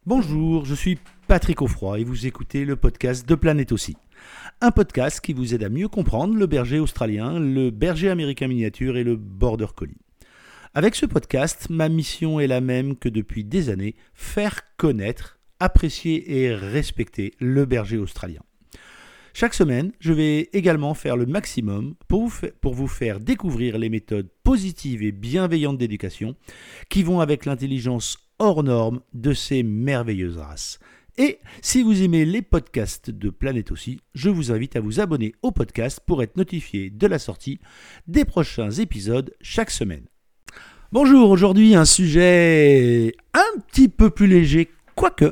Bonjour, je suis Patrick Offroy et vous écoutez le podcast de Planète aussi. Un podcast qui vous aide à mieux comprendre le berger australien, le berger américain miniature et le border collie. Avec ce podcast, ma mission est la même que depuis des années, faire connaître, apprécier et respecter le berger australien. Chaque semaine, je vais également faire le maximum pour vous faire découvrir les méthodes positives et bienveillantes d'éducation qui vont avec l'intelligence hors norme de ces merveilleuses races. Et si vous aimez les podcasts de Planète aussi, je vous invite à vous abonner au podcast pour être notifié de la sortie des prochains épisodes chaque semaine. Bonjour, aujourd'hui un sujet un petit peu plus léger, quoique.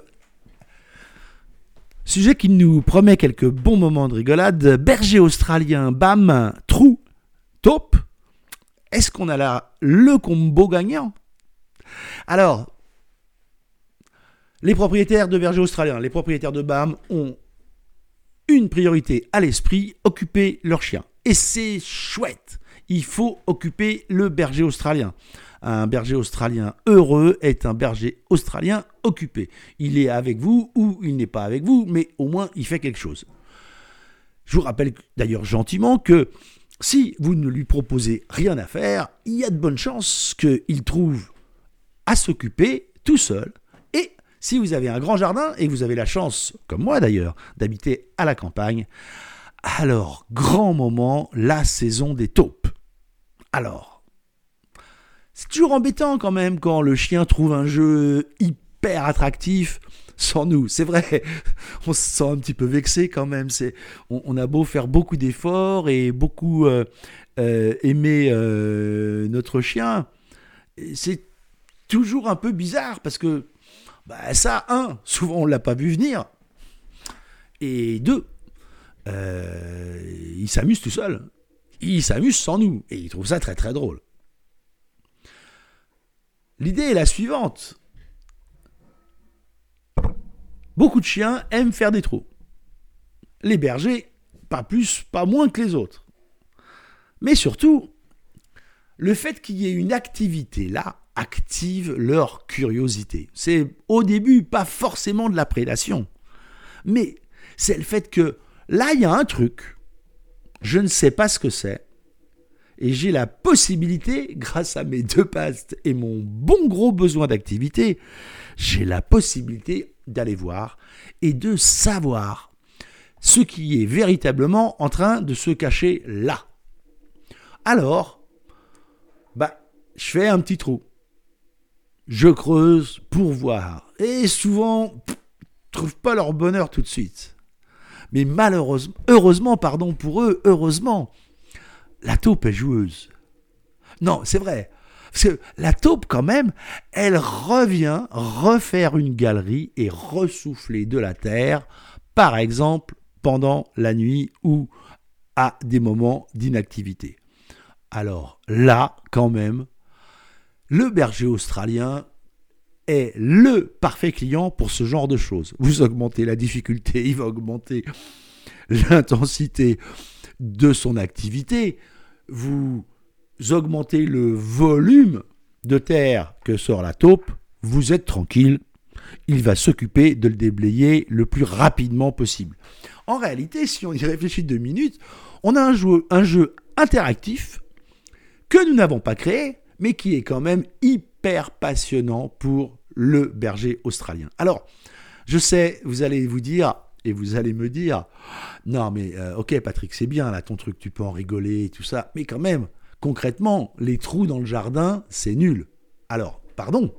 Sujet qui nous promet quelques bons moments de rigolade. Berger australien, bam, trou, taupe. Est-ce qu'on a là le combo gagnant ? Alors, les propriétaires de bergers australiens, les propriétaires de BAM ont une priorité à l'esprit, occuper leur chien. Et c'est chouette, il faut occuper le berger australien. Un berger australien heureux est un berger australien occupé. Il est avec vous ou il n'est pas avec vous, mais au moins il fait quelque chose. Je vous rappelle d'ailleurs gentiment que si vous ne lui proposez rien à faire, il y a de bonnes chances qu'il trouve à s'occuper tout seul. Et si vous avez un grand jardin et que vous avez la chance, comme moi d'ailleurs, d'habiter à la campagne, alors, grand moment, la saison des taupes. Alors, c'est toujours embêtant quand même quand le chien trouve un jeu hyper attractif sans nous. C'est vrai, on se sent un petit peu vexé quand même. On a beau faire beaucoup d'efforts et beaucoup aimer notre chien, c'est toujours un peu bizarre parce que ça, souvent on ne l'a pas vu venir. Et deux, il s'amuse tout seul. Il s'amuse sans nous. Et il trouve ça très très drôle. L'idée est la suivante. Beaucoup de chiens aiment faire des trous. Les bergers, pas plus, pas moins que les autres. Mais surtout, le fait qu'il y ait une activité là, active leur curiosité. C'est au début pas forcément de la prédation, mais c'est le fait que là il y a un truc, je ne sais pas ce que c'est, et j'ai la possibilité, grâce à mes 2 pattes et mon bon gros besoin d'activité, j'ai la possibilité d'aller voir et de savoir ce qui est véritablement en train de se cacher là. Alors, je fais un petit trou. Je creuse pour voir. Et souvent, ils ne trouvent pas leur bonheur tout de suite. Mais heureusement pour eux, la taupe est joueuse. Non, c'est vrai. Parce que la taupe, quand même, elle revient refaire une galerie et ressouffler de la terre, par exemple, pendant la nuit ou à des moments d'inactivité. Alors là, quand même, le berger australien est le parfait client pour ce genre de choses. Vous augmentez la difficulté, il va augmenter l'intensité de son activité, vous augmentez le volume de terre que sort la taupe, vous êtes tranquille, il va s'occuper de le déblayer le plus rapidement possible. En réalité, si on y réfléchit 2 minutes, on a un jeu interactif que nous n'avons pas créé, mais qui est quand même hyper passionnant pour le berger australien. Alors, je sais, vous allez vous dire, et vous allez me dire, non mais ok Patrick, c'est bien là ton truc, tu peux en rigoler et tout ça, mais quand même, concrètement, les trous dans le jardin, c'est nul. Alors, pardon,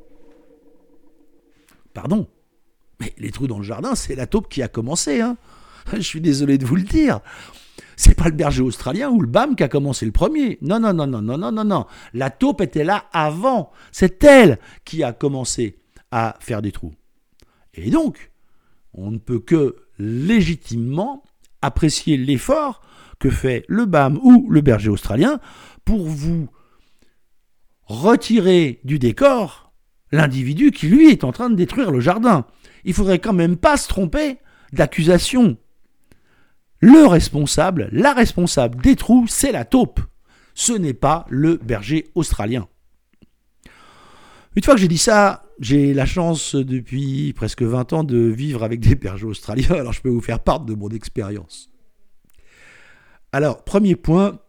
mais les trous dans le jardin, c'est la taupe qui a commencé, hein. Je suis désolé de vous le dire. C'est pas le berger australien ou le BAM qui a commencé le premier. Non. La taupe était là avant. C'est elle qui a commencé à faire des trous. Et donc, on ne peut que légitimement apprécier l'effort que fait le BAM ou le berger australien pour vous retirer du décor l'individu qui, lui, est en train de détruire le jardin. Il faudrait quand même pas se tromper d'accusation. La responsable des trous, c'est la taupe. Ce n'est pas le berger australien. Une fois que j'ai dit ça, j'ai la chance depuis presque 20 ans de vivre avec des bergers australiens, alors je peux vous faire part de mon expérience. Alors, premier point,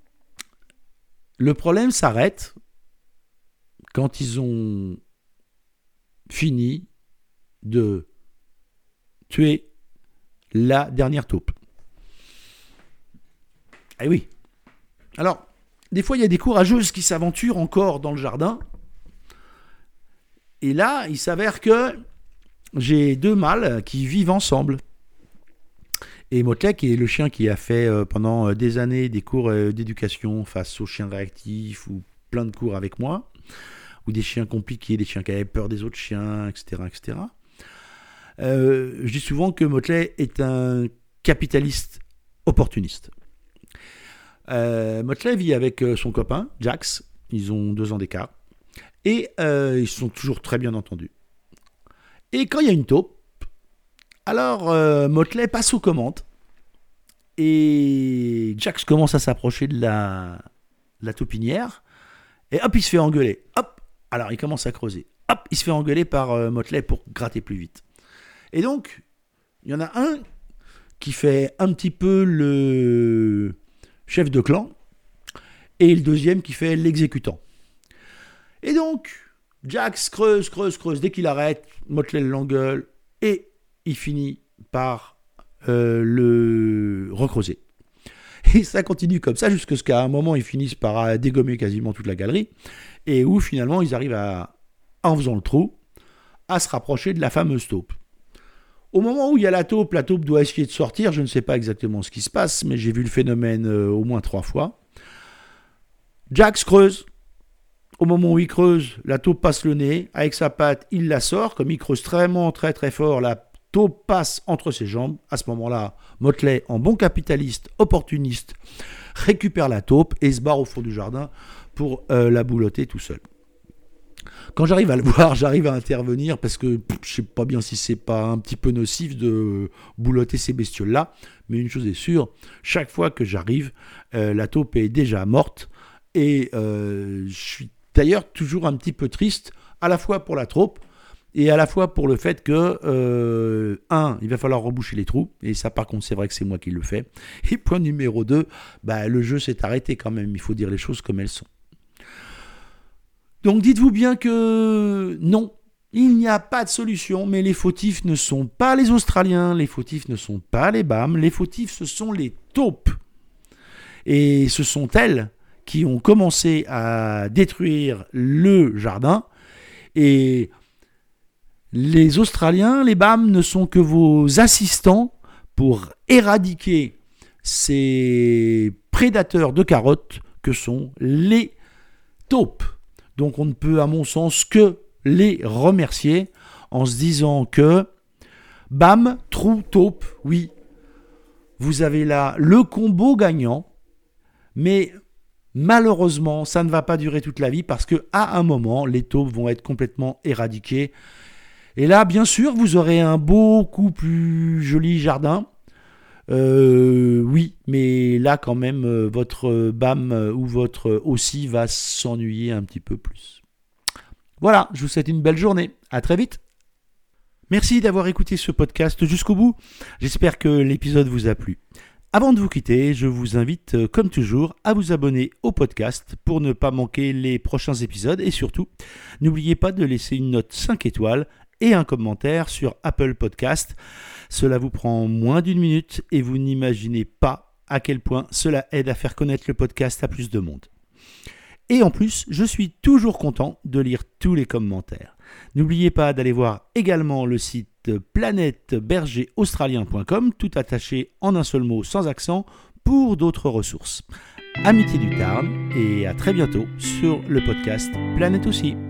le problème s'arrête quand ils ont fini de tuer la dernière taupe. Eh oui. Alors, des fois, il y a des courageuses qui s'aventurent encore dans le jardin. Et là, il s'avère que j'ai 2 mâles qui vivent ensemble. Et Motley, qui est le chien qui a fait pendant des années des cours d'éducation face aux chiens réactifs ou plein de cours avec moi, ou des chiens compliqués, des chiens qui avaient peur des autres chiens, etc. etc. Je dis souvent que Motley est un capitaliste opportuniste. Motley vit avec son copain, Jax. Ils ont 2 ans d'écart. Et ils sont toujours très bien entendus. Et quand il y a une taupe, alors Motley passe aux commandes. Et Jax commence à s'approcher de la taupinière. Et hop, il se fait engueuler. Hop, alors il commence à creuser. Hop, il se fait engueuler par Motley pour gratter plus vite. Et donc, il y en a un qui fait un petit peu le chef de clan. Et le deuxième qui fait l'exécutant. Et donc, Jax creuse. Dès qu'il arrête, Motley l'engueule. Et il finit par le recreuser. Et ça continue comme ça jusqu'à un moment, ils finissent par dégommer quasiment toute la galerie. Et où finalement, ils arrivent en faisant le trou, à se rapprocher de la fameuse taupe. Au moment où il y a la taupe doit essayer de sortir. Je ne sais pas exactement ce qui se passe, mais j'ai vu le phénomène au moins 3 fois. Jax creuse. Au moment où il creuse, la taupe passe le nez. Avec sa patte, il la sort. Comme il creuse vraiment très très fort, la taupe passe entre ses jambes. À ce moment-là, Motley, en bon capitaliste, opportuniste, récupère la taupe et se barre au fond du jardin pour la boulotter tout seul. Quand j'arrive à le voir, j'arrive à intervenir parce que je sais pas bien si c'est pas un petit peu nocif de boulotter ces bestioles-là. Mais une chose est sûre, chaque fois que j'arrive, la taupe est déjà morte. Et je suis d'ailleurs toujours un petit peu triste, à la fois pour la taupe, et à la fois pour le fait que, il va falloir reboucher les trous, et ça par contre c'est vrai que c'est moi qui le fais. Et point numéro 2, le jeu s'est arrêté quand même, il faut dire les choses comme elles sont. Donc dites-vous bien que non, il n'y a pas de solution, mais les fautifs ne sont pas les Australiens, les fautifs ne sont pas les BAM, les fautifs ce sont les taupes. Et ce sont elles qui ont commencé à détruire le jardin, et les Australiens, les BAM, ne sont que vos assistants pour éradiquer ces prédateurs de carottes que sont les taupes. Donc on ne peut, à mon sens, que les remercier en se disant que BAM, trou, taupe, oui, vous avez là le combo gagnant, mais malheureusement, ça ne va pas durer toute la vie parce qu'à un moment, les taupes vont être complètement éradiquées. Et là, bien sûr, vous aurez un beaucoup plus joli jardin. Oui, mais là, quand même, votre BAM ou votre aussi va s'ennuyer un petit peu plus. Voilà, je vous souhaite une belle journée. À très vite. Merci d'avoir écouté ce podcast jusqu'au bout. J'espère que l'épisode vous a plu. Avant de vous quitter, je vous invite, comme toujours, à vous abonner au podcast pour ne pas manquer les prochains épisodes. Et surtout, n'oubliez pas de laisser une note 5 étoiles et un commentaire sur Apple Podcast. Cela vous prend moins d'1 minute et vous n'imaginez pas à quel point cela aide à faire connaître le podcast à plus de monde. Et en plus, je suis toujours content de lire tous les commentaires. N'oubliez pas d'aller voir également le site planètebergeraustralien.com, tout attaché en un seul mot sans accent, pour d'autres ressources. Amitié du Tarn et à très bientôt sur le podcast Planète aussi.